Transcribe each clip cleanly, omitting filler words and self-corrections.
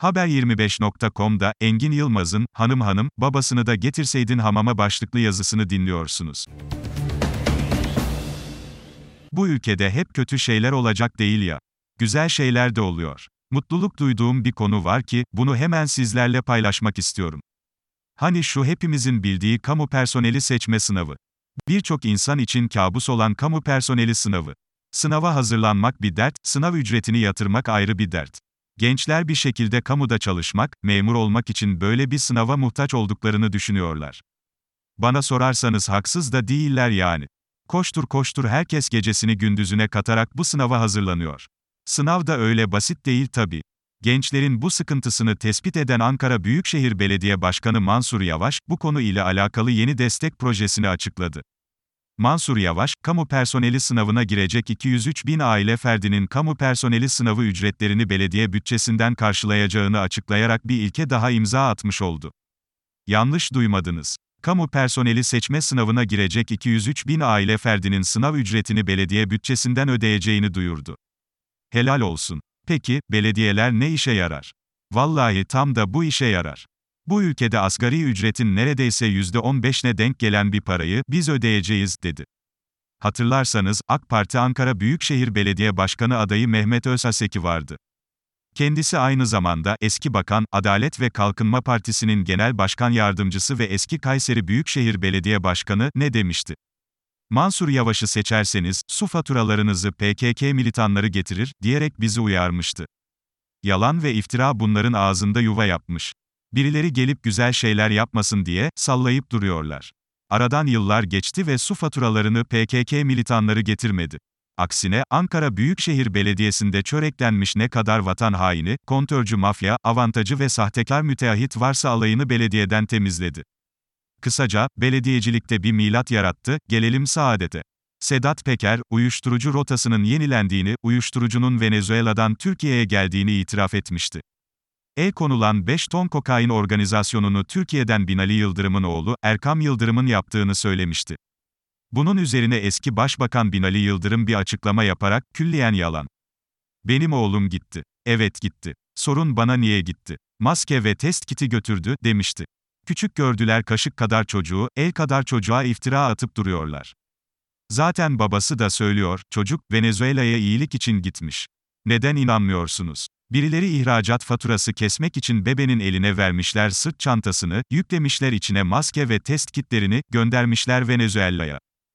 Haber25.com'da Engin Yılmaz'ın "Hanım hanım, babasını da getirseydin hamama" başlıklı yazısını dinliyorsunuz. Bu ülkede hep kötü şeyler olacak değil ya. Güzel şeyler de oluyor. Mutluluk duyduğum bir konu var ki, bunu hemen sizlerle paylaşmak istiyorum. Hani şu hepimizin bildiği kamu personeli seçme sınavı. Birçok insan için kabus olan kamu personeli sınavı. Sınava hazırlanmak bir dert, sınav ücretini yatırmak ayrı bir dert. Gençler bir şekilde kamuda çalışmak, memur olmak için böyle bir sınava muhtaç olduklarını düşünüyorlar. Bana sorarsanız haksız da değiller yani. Koştur koştur herkes gecesini gündüzüne katarak bu sınava hazırlanıyor. Sınav da öyle basit değil tabii. Gençlerin bu sıkıntısını tespit eden Ankara Büyükşehir Belediye Başkanı Mansur Yavaş, bu konu ile alakalı yeni destek projesini açıkladı. Mansur Yavaş, kamu personeli sınavına girecek 203 bin aile ferdinin kamu personeli sınavı ücretlerini belediye bütçesinden karşılayacağını açıklayarak bir ilke daha imza atmış oldu. Yanlış duymadınız. Kamu personeli seçme sınavına girecek 203 bin aile ferdinin sınav ücretini belediye bütçesinden ödeyeceğini duyurdu. Helal olsun. Peki, belediyeler ne işe yarar? Vallahi tam da bu işe yarar. Bu ülkede asgari ücretin neredeyse %15'ine denk gelen bir parayı biz ödeyeceğiz, dedi. Hatırlarsanız, AK Parti Ankara Büyükşehir Belediye Başkanı adayı Mehmet Özhaseki vardı. Kendisi aynı zamanda eski bakan, Adalet ve Kalkınma Partisi'nin genel başkan yardımcısı ve eski Kayseri Büyükşehir Belediye Başkanı ne demişti? Mansur Yavaş'ı seçerseniz, su faturalarınızı PKK militanları getirir, diyerek bizi uyarmıştı. Yalan ve iftira bunların ağzında yuva yapmış. Birileri gelip güzel şeyler yapmasın diye, sallayıp duruyorlar. Aradan yıllar geçti ve su faturalarını PKK militanları getirmedi. Aksine, Ankara Büyükşehir Belediyesi'nde çöreklenmiş ne kadar vatan haini, kontörcü mafya, avantajı ve sahtekar müteahhit varsa alayını belediyeden temizledi. Kısaca, belediyecilikte bir milat yarattı, gelelim saadete. Sedat Peker, uyuşturucu rotasının yenilendiğini, uyuşturucunun Venezuela'dan Türkiye'ye geldiğini itiraf etmişti. El konulan 5 ton kokain organizasyonunu Türkiye'den Binali Yıldırım'ın oğlu, Erkam Yıldırım'ın yaptığını söylemişti. Bunun üzerine eski Başbakan Binali Yıldırım bir açıklama yaparak, külliyen yalan. Benim oğlum gitti. Evet gitti. Sorun bana niye gitti? Maske ve test kiti götürdü, demişti. Küçük gördüler kaşık kadar çocuğu, el kadar çocuğa iftira atıp duruyorlar. Zaten babası da söylüyor, çocuk, Venezuela'ya iyilik için gitmiş. Neden inanmıyorsunuz? Birileri ihracat faturası kesmek için bebenin eline vermişler sırt çantasını, yüklemişler içine maske ve test kitlerini, göndermişler Venezuela'ya.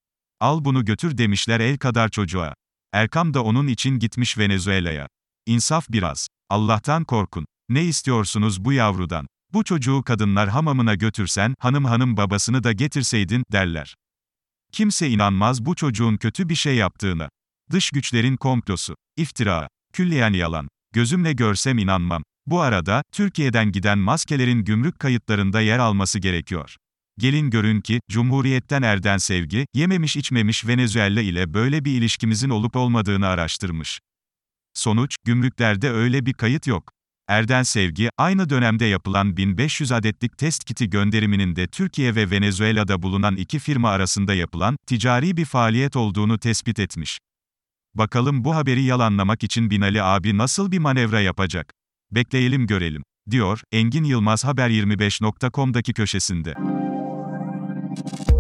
Al bunu götür demişler el kadar çocuğa. Erkam da onun için gitmiş Venezuela'ya. İnsaf biraz. Allah'tan korkun. Ne istiyorsunuz bu yavrudan? Bu çocuğu kadınlar hamamına götürsen, hanım hanım babasını da getirseydin, derler. Kimse inanmaz bu çocuğun kötü bir şey yaptığına. Dış güçlerin komplosu. İftira. Külliyen yalan. Gözümle görsem inanmam. Bu arada, Türkiye'den giden maskelerin gümrük kayıtlarında yer alması gerekiyor. Gelin görün ki, Cumhuriyet'ten Erden Sevgi, yememiş içmemiş Venezuela ile böyle bir ilişkimizin olup olmadığını araştırmış. Sonuç, gümrüklerde öyle bir kayıt yok. Erden Sevgi, aynı dönemde yapılan 1500 adetlik test kiti gönderiminin de Türkiye ve Venezuela'da bulunan iki firma arasında yapılan, ticari bir faaliyet olduğunu tespit etmiş. Bakalım bu haberi yalanlamak için Binali abi nasıl bir manevra yapacak? Bekleyelim görelim, diyor, Engin Yılmaz Haber25.com'daki köşesinde.